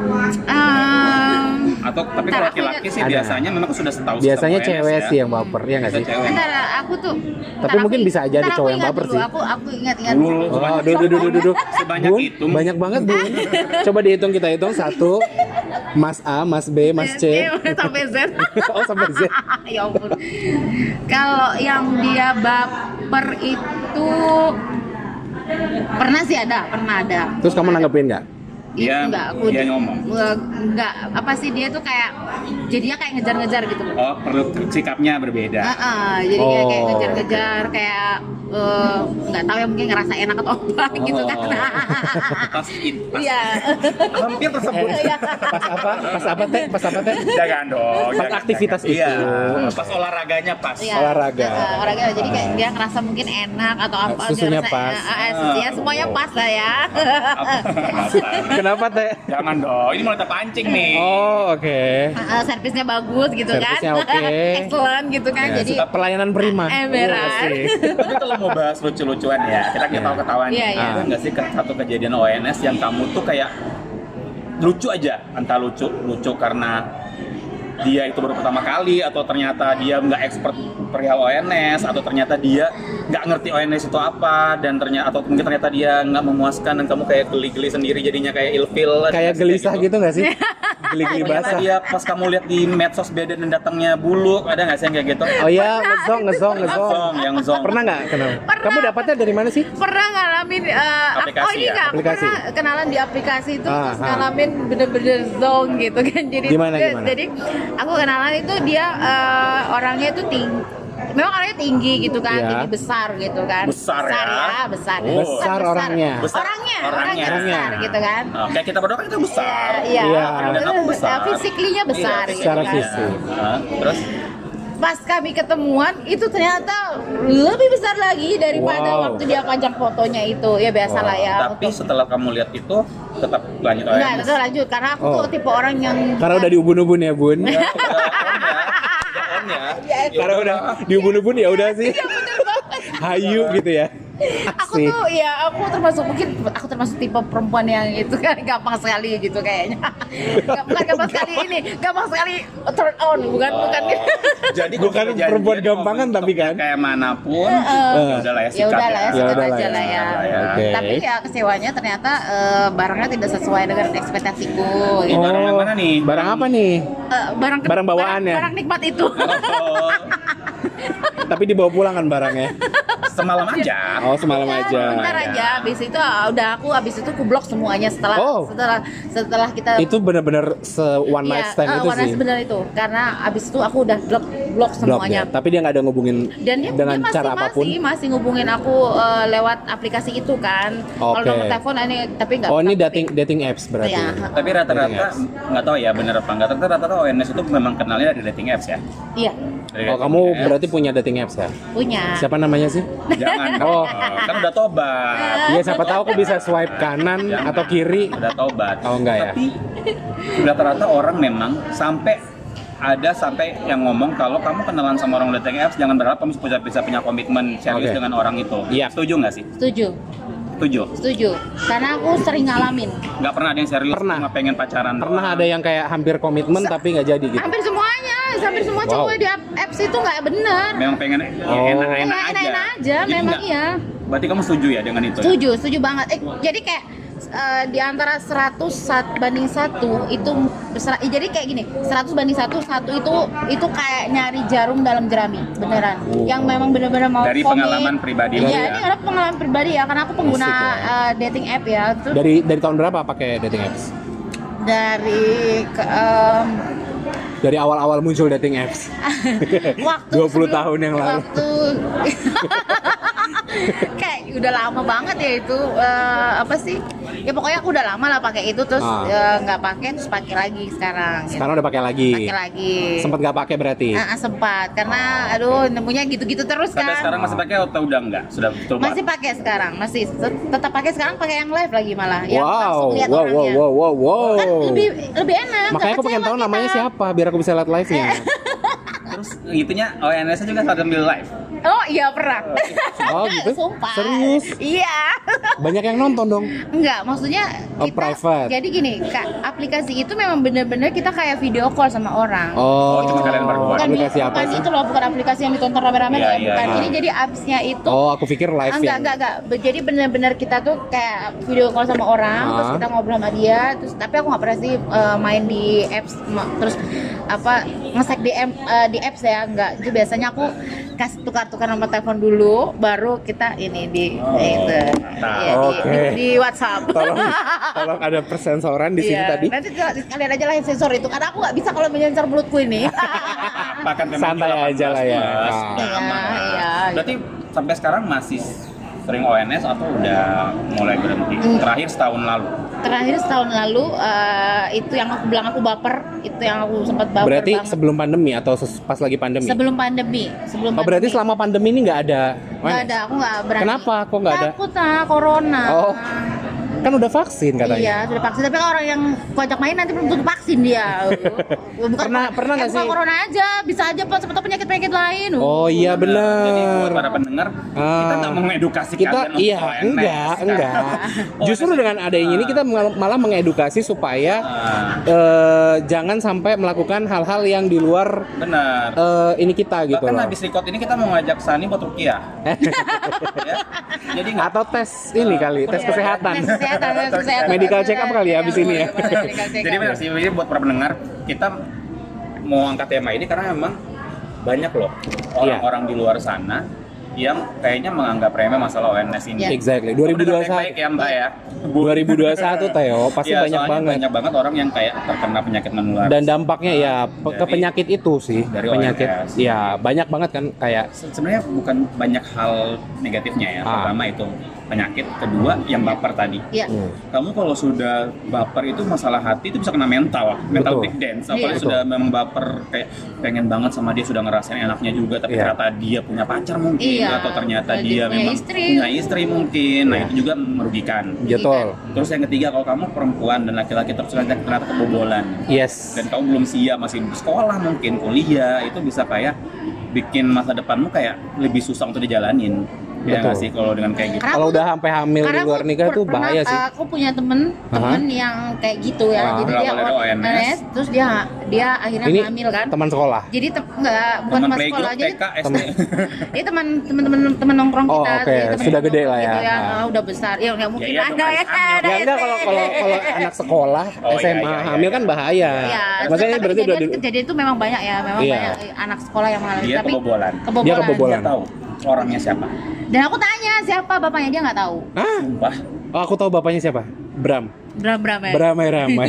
S3: Ehm,
S2: Atau tapi
S3: Ntar
S2: kalau
S3: aku
S2: laki-laki sih
S1: Ada.
S2: biasanya memang sudah tahu
S1: Biasanya
S2: sistem O N S
S1: cewek
S2: ya.
S1: sih yang baper, ya nggak sih?
S2: Biasanya cewek.
S3: Bentar, aku tuh.
S1: Tapi
S3: bentar,
S1: mungkin
S3: aku-
S1: bisa aja ada
S3: bentar,
S1: cowok
S3: aku
S1: yang
S3: ingat
S1: baper
S3: dulu,
S1: sih.
S3: Aku aku ingat-ingat.
S2: Dulu,
S1: Oh,
S2: sebanyak-
S1: duh, duh, duh, duh, duh.
S2: Sebanyak
S1: Bun,
S2: itu.
S1: banyak banget bun. Coba dihitung, kita hitung satu. Mas A, Mas B, Mas C.
S3: Eh, sampai Z.
S1: Oh sampai Z.
S3: Ya ampun. Kalau yang dia baper itu pernah sih ada, pernah ada.
S1: Terus kamu nanggepin nggak?
S2: Dia-
S3: enggak, aku
S2: dia ngomong?
S3: Enggak, enggak, apa sih dia tuh kayak jadinya kayak ngejar-ngejar gitu.
S2: Oh, perlu sikapnya berbeda.
S3: Heeh, jadi kayak, kayak
S1: Oh,
S3: ngejar-ngejar kayak eh, nggak tahu ya mungkin ngerasa enak atau apa gitu kan.
S2: Oh. Pas it, pas
S3: Iya.
S2: hampir tersebut.
S3: Iya.
S1: Pas apa? Pas apa teh? Pas apa teh?
S2: Jangan dong.
S1: Pas
S2: jangan,
S1: aktivitas
S2: jangan.
S1: itu.
S2: Iya, pas olahraganya pas.
S3: Iya.
S1: Olahraga.
S3: Heeh, olahraga jadi kayak dia ngerasa mungkin enak atau apa dia
S1: Susunya
S3: ngerasa-
S1: pas.
S3: eh, eh, eh, ya semuanya pas lah ya.
S2: Apa?
S1: Kenapa teh?
S2: Jangan dong, ini mulai terpancing nih.
S1: Oh oke.
S3: Heeh, servisnya bagus gitu
S1: Servisnya
S3: kan.
S1: oke.
S3: Excellent gitu kan.
S1: Ya,
S3: Jadi
S1: suka pelayanan prima.
S3: Emberan.
S1: Iya sih.
S2: Tapi kalau mau bahas lucu-lucuan ya, kita
S1: Iya.
S2: ketawa-ketawa nih.
S3: Iya, iya.
S2: Ada nggak sih ke- satu kejadian O N S yang kamu tuh kayak lucu aja, entah lucu lucu karena dia itu baru pertama kali atau ternyata dia nggak expert perihal O N S atau ternyata dia nggak ngerti O N S itu apa dan ternyata atau mungkin ternyata dia nggak memuaskan dan kamu kayak geli-geli sendiri jadinya kayak ilfil
S1: Kayak gelisah gitu nggak sih? Geli-geli
S2: Ternyata
S1: basah.
S2: dia pas kamu lihat di medsos beda dan datangnya bulu, ada nggak sih yang kayak gitu?
S1: Oh iya, ngezong, ngezong, ngezong.
S2: Zong, yang zong.
S1: Pernah nggak kenal?
S3: Pernah.
S1: Kamu dapatnya dari mana sih?
S3: pernah ngalamin eh,
S2: Aplikasi
S3: oh ini
S2: ya?
S3: nggak aku
S1: Aplikasi.
S3: pernah kenalan di aplikasi itu
S1: Ah,
S3: terus
S1: ah.
S3: ngalamin bener-bener zong gitu kan jadi
S1: Gimana,
S3: dia-
S1: gimana?
S3: jadi aku kenalan itu dia eh, orangnya itu tinggi memang orangnya tinggi gitu kan
S1: Iya.
S3: tinggi besar gitu kan
S2: Besar ya?
S3: besar
S2: Oh.
S1: Besar orangnya.
S2: Besar.
S3: orangnya
S2: Orangnya.
S3: orangnya besar gitu kan
S2: Nah, kayak kita berdua kan kita besar.
S3: iya
S1: Iya.
S2: Dan aku besar.
S3: fisiklinya besar
S2: Iya,
S3: gitu
S1: secara
S3: kan.
S1: fisik.
S2: Nah, terus
S3: Pas kami ketemuan itu ternyata lebih besar lagi daripada
S1: Wow.
S3: waktu dia panjang fotonya itu ya biasalah ya
S2: tapi setelah kamu lihat itu tetap lanjut O N S.
S3: Enggak, tetap lanjut karena aku
S1: Oh.
S3: tuh tipe orang yang
S1: Karena udah diubun-ubun ya bun.
S2: Ya, udah on ya. Udah on ya.
S1: Karena udah diubun-ubun ya udah sih. Hayu gitu ya.
S3: Aku
S1: Asik.
S3: tuh ya aku termasuk mungkin aku termasuk tipe perempuan yang itu kan gampang sekali gitu kayaknya. Gak- bukan gampang sekali ini, gampang sekali turn on bukan bukan.
S2: Jadi
S1: Bukan
S2: kalau perjanjian
S1: perempuan
S2: mau
S1: gampangan, tapi
S2: bentuknya
S1: kan.
S2: kayak manapun,
S3: Heeh.
S2: ya udahlah ya
S3: Ya
S2: sikat
S3: udahlah ya,
S1: Ya
S3: sikat
S1: udahlah
S3: aja
S1: ya.
S3: lah ya.
S2: Ya.
S1: Oke.
S3: Tapi ya kecewanya ternyata eh, barangnya tidak sesuai dengan ekspektasiku. Gitu.
S2: Oh, barang yang mana nih?
S1: Barang apa nih?
S3: Eh, barang
S1: Barang bawaan
S3: barang,
S1: ya?
S3: barang nikmat itu.
S2: Oh,
S1: Tapi dibawa pulang kan barangnya?
S2: semalam aja.
S1: Oh, semalam
S3: Udah,
S1: aja.
S3: Bentar aja, habis itu ah, udah aku habis itu aku blok semuanya setelah
S1: Oh.
S3: setelah setelah kita
S1: Itu benar-benar se one night stand
S3: eh,
S1: itu
S3: warna
S1: sih.
S3: sebenarnya itu karena abis itu aku udah blok blok
S1: Blok
S3: semuanya.
S1: ya. Tapi dia nggak ada ngubungin
S3: Dan dia,
S1: dengan
S3: dia masih,
S1: cara apapun.
S3: masih masih ngubungin aku eh, lewat aplikasi itu kan. Kalau
S1: Oke.
S3: nomor telepon ini tapi nggak.
S1: Oh, ini
S3: pernah
S1: dating dating apps berarti.
S3: Iya.
S2: Tapi rata-rata nggak tahu ya bener apa enggak. Rata-rata O N S itu memang kenalnya dari dating apps ya.
S3: Iya,
S2: Dari
S1: Oh,
S2: dating
S1: kamu
S2: apps.
S1: berarti punya dating apps ya?
S3: punya.
S1: Siapa namanya sih?
S2: Jangan.
S1: Oh.
S2: oh. Kan udah tobat.
S1: Iya, siapa tahu aku bisa swipe kanan
S2: Jangan.
S1: atau kiri.
S2: Udah tobat.
S1: Oh, enggak ya?
S2: Tapi rata-rata orang memang sampai ada sampai yang ngomong kalau kamu kenalan sama orang dating apps jangan berharap kamu bisa bisa punya komitmen serius
S1: Oke.
S2: dengan orang itu.
S1: Iya.
S2: Setuju nggak sih?
S3: Setuju,
S2: Setuju.
S3: setuju. Karena aku sering ngalamin.
S2: Nggak pernah ada yang serius
S1: Pernah.
S2: cuma pengen pacaran.
S1: Pernah
S2: doang.
S1: ada yang kayak hampir komitmen tapi nggak jadi gitu.
S3: Hampir semuanya, hampir semua
S1: Wow.
S3: cowok di app- apps itu nggak bener.
S2: memang pengen ya,
S1: Oh.
S2: enak-enak
S3: Ya,
S2: aja.
S3: enak-enak aja,
S2: Jadi
S3: memang
S2: nggak-
S3: iya.
S2: Berarti kamu setuju ya dengan itu? Ya?
S3: Setuju, setuju banget. Eh, jadi kayak eh, di antara seratus sat- banding satu itu besar, eh, jadi kayak gini, seratus banding satu, satu itu itu kayak nyari jarum dalam jerami, beneran.
S1: Oh.
S3: Yang memang bener-bener mau
S2: Dari
S3: komit.
S2: pengalaman pribadi lu
S3: Iya,
S2: ya?
S3: ini adalah pengalaman pribadi ya, karena aku pengguna
S1: Asik ya.
S3: eh, dating app ya. Terus
S1: Dari dari tahun berapa pakai dating apps?
S3: dari ke, em,
S1: Dari awal-awal muncul dating apps.
S3: waktu
S1: dua puluh
S3: sebelum-
S1: tahun yang lalu.
S3: Waktu kayak udah lama banget ya itu eh, apa sih? Ya pokoknya aku udah lama lah pakai itu terus
S1: Ah.
S3: eh, nggak pakai terus pakai lagi sekarang. gitu.
S1: Sekarang udah pakai lagi.
S3: Pakai lagi.
S1: Sempat nggak pakai berarti.
S3: Ah, ah, sempat karena aduh nemunya gitu-gitu terus
S2: Sampai
S3: kan.
S2: sekarang masih pakai atau udah enggak? Sudah coba?
S3: Masih pakai sekarang, masih Tet- tetap pakai sekarang pakai yang live lagi malah. Yang langsung
S1: Wow,
S3: lihat
S1: wow, wow,
S3: orangnya.
S1: wow, wow, wow.
S3: Kan lebih lebih enak.
S1: Makanya
S3: nggak
S1: aku pengen
S3: kecewa
S1: tahu
S3: kita.
S1: namanya siapa biar aku bisa lihat live-nya.
S2: Terus gitunya O N S juga sambil live.
S3: Oh iya pernah.
S1: Oh gitu?
S3: Sumpah.
S1: Serius?
S3: Iya.
S1: Banyak yang nonton dong.
S3: Enggak, maksudnya
S1: Oh,
S3: kita
S1: private.
S3: jadi gini, Kak, aplikasi itu memang bener-bener kita kayak video call sama orang.
S1: Oh,
S2: Oh, cuma kalian berdua.
S3: bukan
S1: aplikasi apa
S3: bukan
S1: sih?
S3: itu loh, bukan aplikasi yang ditonton rame-rame
S2: Iya,
S3: ya,
S2: iya,
S3: bukan.
S2: iya.
S3: Ini jadi apps-nya itu
S1: Oh, aku pikir live
S3: Ah, enggak,
S1: yang.
S3: enggak, enggak. Be- Jadi benar-benar kita tuh kayak video call sama orang,
S1: Ah.
S3: terus kita ngobrol sama dia, terus tapi aku nggak pernah sih eh, main di apps, ma- terus apa nge-check D M eh, di apps ya, enggak. Itu biasanya aku kasih tukar-tukar nomor telepon dulu, baru kita ini di
S2: Oh,
S3: itu,
S2: mantap.
S3: iya, di,
S1: Oke.
S3: di, di WhatsApp.
S1: Tolong, tolong ada persensoran di sini
S3: Iya,
S1: tadi.
S3: nanti tuh kalian aja lah yang sensor itu, karena aku nggak bisa kalau menyensor mulutku ini.
S2: Bahkan memang
S1: Santai
S2: delapan belas
S1: aja lah ya.
S2: plus,
S1: Ah.
S2: udah
S3: Iya,
S2: aman.
S3: iya.
S2: Berarti sampai sekarang masih sering O N S atau udah mulai berhenti?
S3: Hmm.
S2: Terakhir setahun lalu.
S3: Terakhir setahun lalu eh, itu yang aku bilang aku baper, itu yang aku sempat baper
S1: Berarti
S3: banget.
S1: sebelum pandemi atau ses- pas lagi pandemi?
S3: Sebelum pandemi, sebelum
S1: Oh, berarti
S3: pandemi.
S1: selama pandemi ini nggak ada?
S3: Nggak ada, aku nggak berani.
S1: Kenapa? Kok nggak ada?
S3: Takut ah, corona.
S1: Oh, kan udah vaksin katanya.
S3: Iya, sudah vaksin. Tapi kalau orang yang kocak main nanti belum tentu vaksin dia. Bukan
S1: Pernah-
S3: cor-
S1: pernah
S3: eh,
S1: nggak
S3: bukan
S1: sih?
S3: corona aja, bisa aja Pak, siapa tahu penyakit-penyakit lain.
S1: Oh iya
S2: Jadi
S1: bener.
S2: buat para pendengar, kita
S1: Ah.
S2: nggak mau mengedukasi
S1: Kita
S2: kalian
S1: iya
S2: untuk O N S.
S1: enggak enggak.
S2: Oh,
S1: Justru dengan adanya ini kita mal- malah mengedukasi supaya
S2: Ah,
S1: eh, jangan sampai melakukan hal-hal yang di luar
S2: benar.
S1: eh, ini kita gitu
S2: Bahkan
S1: loh.
S2: habis record ini kita mau ngajak Sani buat rukiah. Ya? Jadi nggak
S1: Atau tes ini kali, tes
S3: Iya,
S1: kesehatan.
S3: tes kesehatan, tes kesehatan.
S1: Medical check up kali ya abis ini ya.
S3: Boleh, boleh, medical check
S2: Jadi
S3: up.
S2: benar sih, ini buat para pendengar, kita mau angkat tema ini karena memang banyak loh orang-orang di luar sana yang kayaknya menganggap remeh masalah O N S ini.
S3: Iya.
S1: Exactly.
S2: Udah
S1: dua ribu dua puluh satu.
S2: baik-baik ya Mbak ya.
S1: dua ribu dua puluh satu Theo pasti
S2: Iya,
S1: banyak
S2: soalnya
S1: banget.
S2: banyak banget orang yang kayak terkena penyakit menular.
S1: Dan dampaknya ya pe- ke
S2: Dari-
S1: penyakit itu sih,
S2: dari
S1: penyakit.
S2: O N S.
S1: Ya, banyak banget kan kayak
S2: Se- sebenarnya bukan banyak hal negatifnya ya.
S1: Ah.
S2: Pertama itu penyakit, kedua yang baper tadi.
S3: Iya.
S1: hmm,
S2: Kamu kalau sudah baper itu masalah hati itu bisa kena mental, mental
S1: Betul.
S2: break dance.
S3: Iya.
S2: Apalagi
S1: Betul.
S2: sudah memang baper kayak pengen banget sama dia, sudah ngerasain enaknya juga, tapi
S1: Iya.
S2: ternyata dia punya pacar mungkin,
S3: Iya.
S2: atau ternyata
S3: Jadi
S2: dia
S3: punya
S2: memang
S3: istri.
S2: punya istri mungkin. Nah
S1: Iya.
S2: itu juga merugikan.
S1: betul.
S2: Terus yang ketiga, kalau kamu perempuan dan laki-laki terus ternyata ternyata kebobolan
S1: Yes.
S2: dan kamu belum siap, masih sekolah mungkin kuliah, itu bisa kayak bikin masa depanmu kayak lebih susah untuk dijalanin. Ya nggak
S1: Betul.
S2: sih kalau dengan kayak gitu.
S3: Karena
S1: Kalau
S3: aku
S1: udah
S3: tuh-
S1: sampai hamil di
S3: Karena
S1: luar
S3: aku
S1: nikah
S3: per-
S1: tuh
S3: pernah,
S1: bahaya sih.
S3: uh, aku punya temen temen yang kayak gitu ya.
S1: Ah.
S3: Jadi dia
S2: Berawal dari
S3: O N S, terus dia dia akhirnya
S1: Ini
S3: hamil kan.
S1: teman sekolah.
S3: Jadi tem- enggak bukan
S2: Teman
S3: pas sekolah
S2: playgroup,
S3: jadi
S2: T K, S D.
S3: dia teman teman-teman teman nongkrong
S1: Oh,
S3: kita.
S1: oke.
S3: jadi teman
S1: Sudah gede lah
S3: nongkrong
S1: ya.
S3: gitu
S1: Ah.
S3: Ah, udah besar. Ya nggak mungkin
S2: iya,
S3: ada
S2: dong,
S3: ya.
S2: harus hamil.
S3: ada
S1: Ya enggak,
S3: S D.
S1: kalau kalau kalau anak sekolah
S2: Oh,
S1: S M A
S2: iya, iya,
S1: hamil
S2: iya.
S1: kan bahaya.
S3: Ya,
S1: Maksudnya
S3: tapi
S1: berarti udah
S3: kejadian,
S1: di-
S3: kejadian itu memang banyak ya, memang
S1: Iya.
S3: banyak anak sekolah yang mengalami.
S2: Dia
S3: tapi
S2: kebobolan.
S3: kebobolan.
S1: Dia kebobolan.
S2: Dia tahu orangnya siapa.
S3: Dan aku tanya siapa bapaknya, dia nggak tahu.
S1: Hah?
S2: Sumpah.
S1: Oh, aku tahu bapaknya siapa? Bram.
S3: Bram Bram ya.
S1: Beramai-ramai.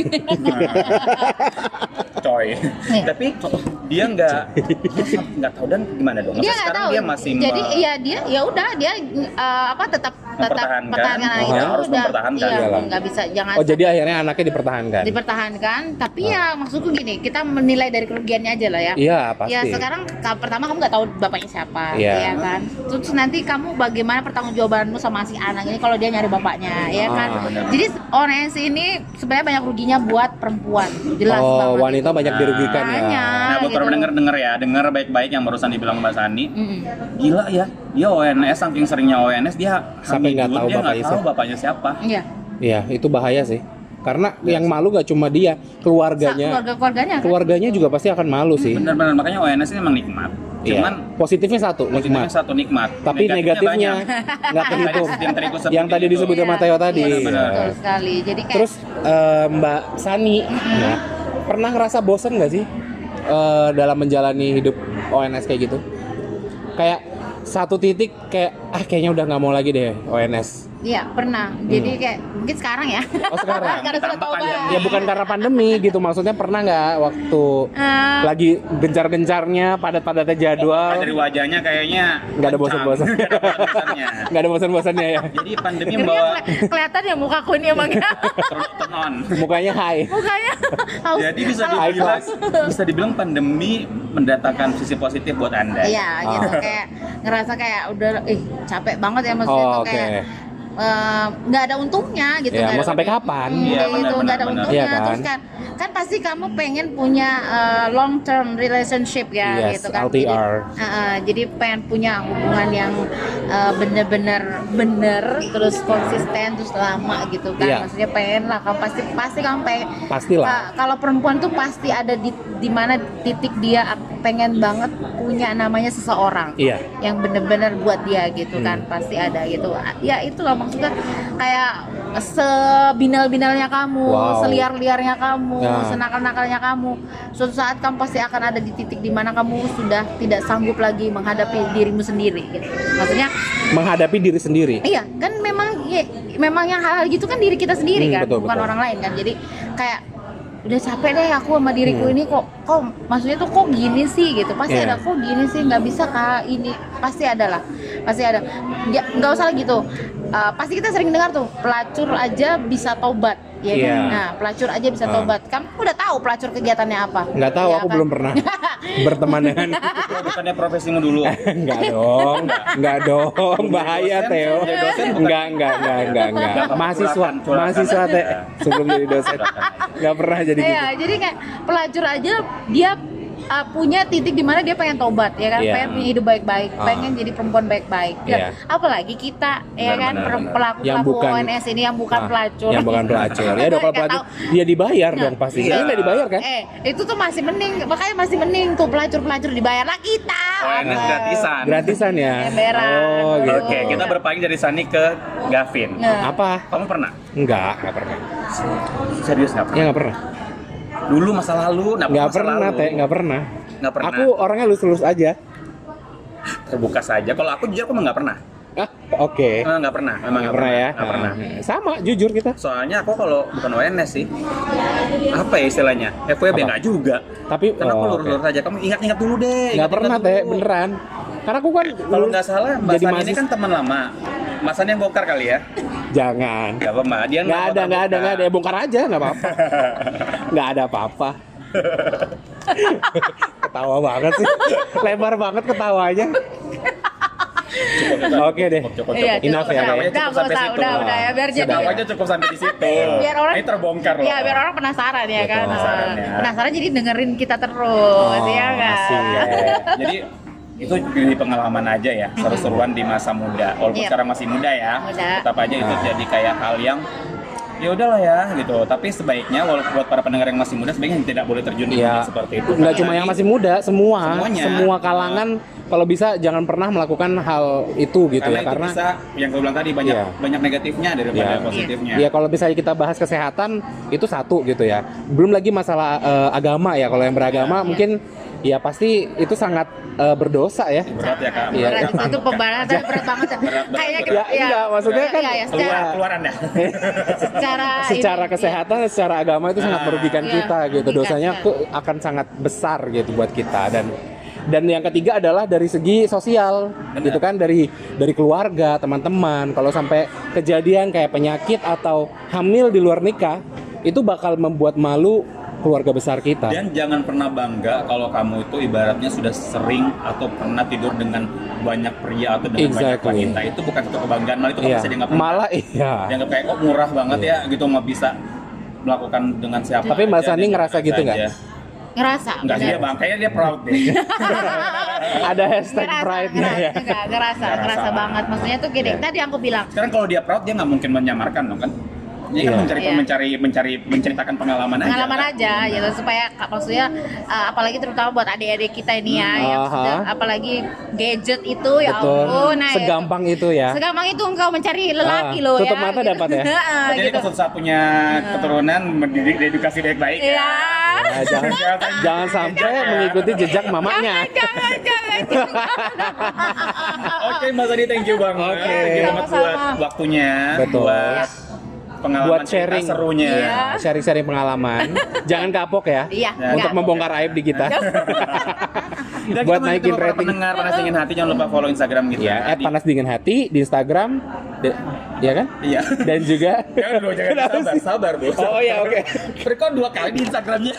S2: Coy.
S3: Iya.
S2: Tapi dia nggak dia nggak tahu dan gimana dong?
S3: Dia
S2: Masa
S3: nggak
S2: sekarang
S3: tahu.
S2: dia masih
S3: Jadi
S2: me-
S3: iya dia ya udah dia uh, apa tetap tetap
S2: Mempertahankan.
S3: pertahankan anak
S1: Oh,
S3: itu
S2: harus
S3: udah
S2: mempertahankan.
S3: iya
S1: Iyalah.
S3: nggak bisa jangan
S1: Oh, jadi akhirnya anaknya dipertahankan.
S3: dipertahankan. Tapi
S1: Ah.
S3: ya maksudku gini, kita menilai dari kerugiannya aja lah ya.
S1: Iya, pasti.
S3: Ya sekarang ka- pertama kamu nggak tahu bapaknya siapa,
S1: Iya.
S3: ya kan. Terus nanti kamu bagaimana pertanggungjawabanmu sama si anak ini kalau dia nyari bapaknya, ya kan.
S1: Ah,
S2: benar.
S3: Jadi O N S ini sebenarnya banyak ruginya buat perempuan, jelas
S1: Oh,
S3: banget.
S1: wanita banyak
S2: Nah.
S1: dirugikan ya.
S3: Banyak.
S2: Nah, buat
S3: gitu.
S2: orang denger denger ya, denger baik-baik yang barusan dibilang Mbak Sani.
S3: Mm-mm.
S2: Gila ya, dia O N S saking seringnya O N S dia
S1: Sampai nggak
S2: hamil,
S1: tahu
S2: dia nggak
S1: bapaknya
S2: tahu
S1: siapa.
S2: bapaknya siapa.
S3: Iya.
S1: Iya, itu bahaya sih. Karena yang malu gak cuma dia, keluarganya.
S3: Keluarga-keluarganya kan?
S1: Keluarganya juga pasti akan malu sih.
S2: Benar-benar makanya O N S ini emang nikmat.
S1: Iya.
S2: Cuman
S1: Positifnya satu,
S2: positifnya
S1: nikmat.
S2: satu nikmat.
S1: Tapi negatifnya
S2: banyak.
S1: nggak terhitung.
S2: Yang tadi aku sebutin
S1: Yang tadi
S2: itu.
S1: disebut sama
S3: Iya.
S1: Theo tadi.
S3: Iya,
S2: Benar.
S3: betul sekali. Jadi kayak
S1: Terus eh, Mbak Sani, nah, pernah ngerasa bosen nggak sih eh, dalam menjalani hidup O N S kayak gitu? Kayak satu titik kayak ah kayaknya udah nggak mau lagi deh O N S.
S3: iya pernah. Jadi kayak mungkin sekarang ya.
S1: Oh sekarang?
S3: Karena sudah
S2: Tambah
S3: tahu
S2: pandemi.
S1: Ya bukan karena pandemi gitu, maksudnya pernah nggak waktu
S3: Eh,
S1: lagi gencar-gencarnya padat-padatnya jadwal
S2: Dari wajahnya kayaknya
S1: nggak ada
S2: kencang.
S1: bosan-bosan,
S2: Nggak ada bosan-bosannya.
S1: nggak ada bosan-bosannya ya,
S2: Jadi pandemi
S3: Ini
S2: membawa
S3: keli- kelihatan ya mukaku ini emangnya.
S2: turn on.
S1: mukanya high.
S3: Mukanya haus.
S2: Jadi bisa
S3: Kalau-
S1: High
S2: dibilang
S1: class.
S2: bisa dibilang pandemi mendatangkan sisi positif buat Anda.
S3: Iya, gitu
S1: Ah.
S3: kayak ngerasa kayak udah ih capek banget ya maksudnya
S1: Oh,
S3: tuh
S1: oke.
S3: kayak eh, nggak ada untungnya gitu.
S1: Ya,
S3: nggak
S1: mau
S3: ada
S1: sampai
S3: untung-
S1: kapan?
S3: Hmm,
S2: Iya,
S3: kayak gitu
S2: benar,
S3: nggak ada
S2: benar,
S3: untungnya.
S1: benar. Iya,
S3: Terus
S1: kan?
S3: kan kan pasti kamu pengen punya eh, long term relationship ya
S1: Yes,
S3: gitu kan.
S1: L T R.
S3: Jadi, eh, eh, jadi pengen punya hubungan yang eh, bener-bener bener terus konsisten terus lama gitu kan.
S1: Iya.
S3: Maksudnya pengen lah kamu pasti pasti kamu pengen
S1: Pastilah.
S3: Ka- kalau perempuan tuh pasti ada di di mana titik dia pengen banget punya namanya seseorang
S1: Iya.
S3: yang bener-bener buat dia gitu kan,
S1: Hmm.
S3: pasti ada gitu ya. Itulah maksudnya kayak sebinal-binalnya kamu,
S1: Wow.
S3: seliar-liarnya kamu,
S1: Nah.
S3: senakal-nakalnya kamu, suatu saat kamu pasti akan ada di titik di mana kamu sudah tidak sanggup lagi menghadapi dirimu sendiri gitu. Maksudnya
S1: Menghadapi diri sendiri.
S3: iya kan memang ya, memang yang hal-hal gitu kan diri kita sendiri
S1: Hmm,
S3: kan,
S1: betul,
S3: bukan
S1: betul.
S3: orang lain kan. Jadi kayak udah capek deh aku sama diriku
S1: Hmm.
S3: ini kok kok maksudnya tuh kok gini sih gitu, pasti
S1: Iya.
S3: ada kok gini sih nggak bisa kak ini, pasti ada lah, pasti ada ya, nggak usah gitu. Uh, pasti kita sering dengar tuh pelacur aja bisa tobat ya kan?
S1: Iya.
S3: Nah pelacur aja bisa
S1: Ah.
S3: tobat, kamu udah tahu pelacur kegiatannya apa?
S1: Nggak tahu,
S3: Ya
S1: aku
S3: kan?
S1: belum pernah berteman dengan.
S2: Itu bukannya profesimu dulu.
S1: Enggak dong, enggak dong, bahaya
S2: dosen,
S1: Theo.
S2: jadi dosen bukan-
S1: Enggak, enggak, enggak, enggak, enggak.
S2: Enggak,
S1: Mahasiswa,
S2: curakan, curakan
S1: mahasiswa
S2: aja.
S1: teh sebelum jadi dosen. Enggak pernah jadi gitu.
S3: Iya, jadi kayak pelacur aja dia uh, punya titik di mana dia pengen tobat ya kan,
S1: Iya.
S3: pengen punya hidup baik-baik,
S1: Ah.
S3: pengen jadi perempuan baik-baik. Ya,
S1: Iya.
S3: apalagi kita ya
S2: Benar,
S3: kan
S2: benar,
S3: per-
S2: benar.
S3: pelaku
S1: Yang
S3: pelaku
S1: bukan-
S3: O N S ini yang bukan
S1: Ah,
S3: pelacur.
S1: Yang bukan pelacur. Ya dong kalau
S3: Nggak
S1: pelacur
S3: tahu.
S1: dia dibayar
S3: Nah,
S1: dong pasti.
S2: iya.
S1: Ini nggak dibayar kan?
S3: Eh, itu tuh masih mending, makanya masih mending tuh pelacur-pelacur dibayar lah kita.
S2: O N S gratisan.
S1: Gratisan ya.
S3: Emberan.
S1: Oh, gitu.
S2: Oke, kita berpaling dari Sani ke Gavin.
S3: Nah,
S1: Apa?
S2: Kamu pernah?
S1: Enggak, enggak pernah.
S2: Serius nggak
S1: Ya
S2: pernah?
S1: enggak pernah.
S2: Dulu masa lalu, nah,
S1: Enggak
S2: masa
S1: pernah,
S2: lalu.
S1: Teh, enggak pernah.
S2: Nggak pernah.
S1: Aku orangnya lulus-lulus aja.
S2: Terbuka saja. Kalau aku jujur aku emang nggak pernah.
S1: Ah, oke.
S2: Memang nggak pernah. Memang
S1: Nggak pernah ya?
S2: Nggak pernah.
S1: Nah, sama, jujur kita.
S2: Soalnya aku kalau bukan O N S sih, apa ya istilahnya? F W B
S1: Apa?
S2: nggak juga.
S1: Tapi
S2: Karena aku
S1: oh,
S2: lurus-lurus
S1: oke.
S2: aja. Kamu ingat-ingat dulu deh.
S1: Nggak
S2: ingat-ingat
S1: pernah,
S2: dulu.
S1: Teh, beneran. Karena aku kan
S2: Kalau nggak salah, Mbak
S1: jadi
S2: Sani ini
S1: mahasiswa.
S2: kan teman lama. Mas Sani yang bongkar kali ya?
S1: Jangan.
S2: Nggak apa-apa. Dia
S1: Nggak ada, nggak ada, nggak ada. Ya bongkar aja, nggak apa-apa. Nggak ada apa-apa. Ketawa banget sih. Lebar banget ketawanya. Oke deh.
S3: Iya,
S1: Enough
S3: cukup,
S1: ya,
S3: udah,
S1: Kak, ya?
S3: udah, nggak usah, udah, udah ya, biar jadi
S2: Aja cukup sampai di situ.
S3: biar orang
S2: Ini terbongkar loh.
S3: ya biar orang penasaran ya kan.
S1: Betul.
S2: Penasaran ya.
S3: Penasaran jadi dengerin kita terus
S1: Oh,
S3: ya kan.
S1: asik.
S2: Oke. Jadi itu jadi pengalaman aja ya, seru-seruan di masa muda. Walaupun
S3: Iya.
S2: sekarang masih muda ya,
S3: Muda.
S2: tetap aja itu
S1: Ah.
S2: jadi kayak hal yang ya udahlah ya gitu. Tapi sebaiknya walaupun buat para pendengar yang masih muda sebaiknya tidak boleh terjun di dunia
S1: Iya.
S2: seperti itu.
S1: Nggak cuma
S2: Jadi,
S1: yang masih muda, semua,
S2: Semuanya.
S1: semua kalangan kalau bisa jangan pernah melakukan hal itu gitu
S2: karena
S1: ya,
S2: itu
S1: karena
S2: bisa yang gue bilang tadi banyak
S1: Iya.
S2: banyak negatifnya daripada
S1: Iya.
S2: positifnya.
S1: ya kalau misalnya kita bahas kesehatan itu satu gitu ya. Belum lagi masalah eh, agama ya. Kalau yang beragama
S2: Iya.
S1: mungkin ya pasti itu sangat eh, berdosa ya.
S2: Berat ya kak.
S1: Iya.
S3: Berat,
S2: Berat,
S3: itu, itu
S2: Kak.
S3: pembahasan berat banget ya.
S2: Berat, berat,
S3: Kayaknya
S2: berat.
S3: kita
S1: Ya, enggak, maksudnya kan-
S3: iya, ya,
S2: Keluar
S3: secara,
S2: keluar anda.
S3: secara
S1: Secara
S3: ini,
S1: kesehatan, secara agama itu sangat
S2: Ah.
S1: merugikan
S3: Iya,
S1: kita gitu.
S3: merugikan,
S1: Dosanya
S3: kan.
S1: tuh akan sangat besar gitu buat kita. Dan dan yang ketiga adalah dari segi sosial
S2: Benar.
S1: gitu kan, dari dari keluarga, teman-teman. Kalau sampai kejadian kayak penyakit atau hamil di luar nikah, itu bakal membuat malu keluarga besar kita.
S2: Dan jangan pernah bangga kalau kamu itu ibaratnya sudah sering atau pernah tidur dengan banyak pria atau dengan banyak
S1: Exactly.
S2: wanita. Itu bukan satu kebanggaan, malah itu kamu
S1: Iya.
S2: bisa dianggap rendah.
S1: Malah iya.
S2: dianggap kayak oh murah banget
S1: Iya.
S2: ya gitu, nggak bisa melakukan dengan siapa.
S1: Tapi Mbak
S2: aja,
S1: Sani
S2: dengan
S1: ngerasa
S2: apa
S1: gitu
S2: aja.
S1: nggak?
S3: ngerasa.
S2: Enggak sih
S3: bener.
S2: ya bang, kayaknya dia proud deh.
S1: Ada hashtag
S3: Ngerasa,
S1: pride-nya
S3: ngerasa,
S1: ya.
S3: enggak, ngerasa,
S2: Ngerasa.
S3: ngerasa banget. Maksudnya tuh gini,
S1: Iya.
S3: tadi aku bilang,
S2: Sekarang kalau dia proud dia nggak mungkin menyamarkan dong kan? Ini kan
S1: Iya.
S2: mencari
S3: Iya.
S2: mencari mencari menceritakan pengalaman aja.
S3: pengalaman
S2: kan?
S3: aja gitu supaya maksudnya uh, apalagi terutama buat adik-adik kita ini ya yang
S1: Aha.
S3: sudah apalagi gadget itu ya
S1: Betul.
S3: ampun nah, ya.
S1: Segampang itu ya.
S3: segampang itu engkau mencari lelaki
S1: Ah,
S3: loh
S1: tutup
S3: ya
S1: mata dapat ya?
S3: Ah,
S2: Jadi
S3: gitu.
S2: kalau suatu saat punya keturunan mendidik edukasi baik-baik
S3: Iya.
S2: ya.
S1: Ya, jangan jangan sampai mengikuti jejak mamanya.
S3: jangan jangan jangan
S2: Oke Mbak Sani, thank you banget.
S1: Oke.
S2: Thank you banget buat
S3: Sama-sama.
S2: waktunya,
S1: Betul.
S2: buat pengalaman
S1: Buat
S2: cerita
S1: sharing.
S2: serunya.
S3: Iya.
S1: Sharing-sharing pengalaman. Jangan kapok ya.
S3: Iya,
S1: Untuk
S3: enggak.
S1: membongkar aib di kita.
S2: Dan
S1: Buat
S2: kita
S1: naikin
S2: untuk para
S1: rating.
S2: pendengar Panas Dingin Hati jangan lupa follow Instagram kita.
S1: Ya, at
S2: Di-
S1: panas dingin hati di Instagram. De- ya kan?
S2: Iya.
S1: Dan juga
S2: Jangan bro, jangan
S1: Kenapa
S2: sabar,
S1: sih?
S2: sabar bro.
S1: Oh iya, oke.
S2: Record dua kali di Instagramnya.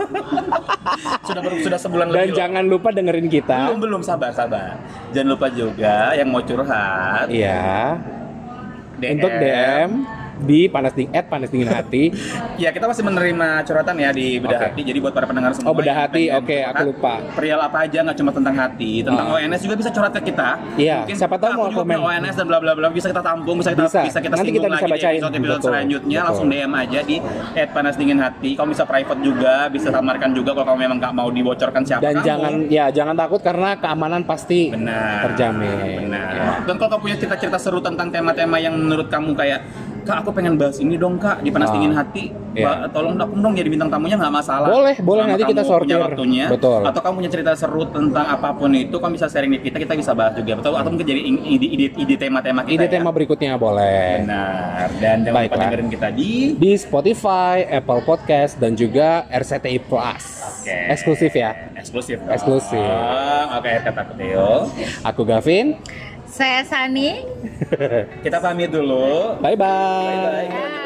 S2: sudah baru sudah sebulan
S1: Dan
S2: lebih. loh.
S1: jangan lupa dengerin kita.
S2: Belum belum sabar sabar. Jangan lupa juga yang mau curhat.
S1: Iya.
S2: D M.
S1: Untuk D M di panas dingin at panas dingin hati.
S2: Ya kita masih menerima curhatan ya di Bedah
S1: Oke.
S2: Hati. Jadi buat para pendengar semua
S1: Oh, Bedah
S2: yang
S1: Hati.
S2: pengen
S1: Oke,
S2: curhat,
S1: aku lupa.
S2: Perihal apa aja, nggak cuma tentang hati, tentang
S1: Oh.
S2: O N S juga bisa curhat ke kita.
S1: Iya,
S2: Mungkin
S1: siapa tahu
S2: "Kak,
S1: mau
S2: aku juga punya
S1: komen."
S2: O N S dan bla bla bla, bisa kita tampung, bisa kita
S1: Bisa.
S2: bisa kita
S1: Nanti
S2: singgung
S1: kita bisa
S2: lagi
S1: bacain.
S2: di episode-episode
S1: Betul.
S2: selanjutnya.
S1: Betul.
S2: Langsung D M aja di at panas dingin hati. Kamu bisa private juga, bisa samarkan juga kalau kamu memang nggak mau dibocorkan siapa
S1: Dan
S2: kamu.
S1: jangan ya jangan takut karena keamanan pasti
S2: Benar.
S1: terjamin.
S2: Benar.
S1: Ya.
S2: Dan kalau kamu punya cerita-cerita seru tentang tema-tema yang menurut kamu kayak Kak, aku pengen bahas ini dong Kak di Panas
S1: Ah.
S2: Dingin Hati.
S1: Iya.
S2: Ba- Tolong dong dong jadi bintang tamunya nggak masalah.
S1: Boleh, boleh,
S2: Selama
S1: nanti kita
S2: kamu
S1: sortir.
S2: punya waktunya.
S1: Betul.
S2: Atau kamu punya cerita seru tentang apapun itu, kamu bisa sharing di kita, kita bisa bahas juga. Betul. Atau mungkin jadi ide ide, ide tema-tema kita.
S1: Ide
S2: ya.
S1: tema berikutnya boleh.
S2: Benar. Dan jangan lupa
S1: Baiklah.
S2: dengerin kita di
S1: Di Spotify, Apple Podcast dan juga R C T I Plus.
S2: Oke.
S1: Eksklusif ya.
S2: eksklusif.
S1: Eksklusif.
S2: Oh, Oke, kata aku Theo.
S1: Aku Gavin.
S3: saya Sani
S2: Kita pamit dulu.
S1: Bye bye.
S2: Bye bye.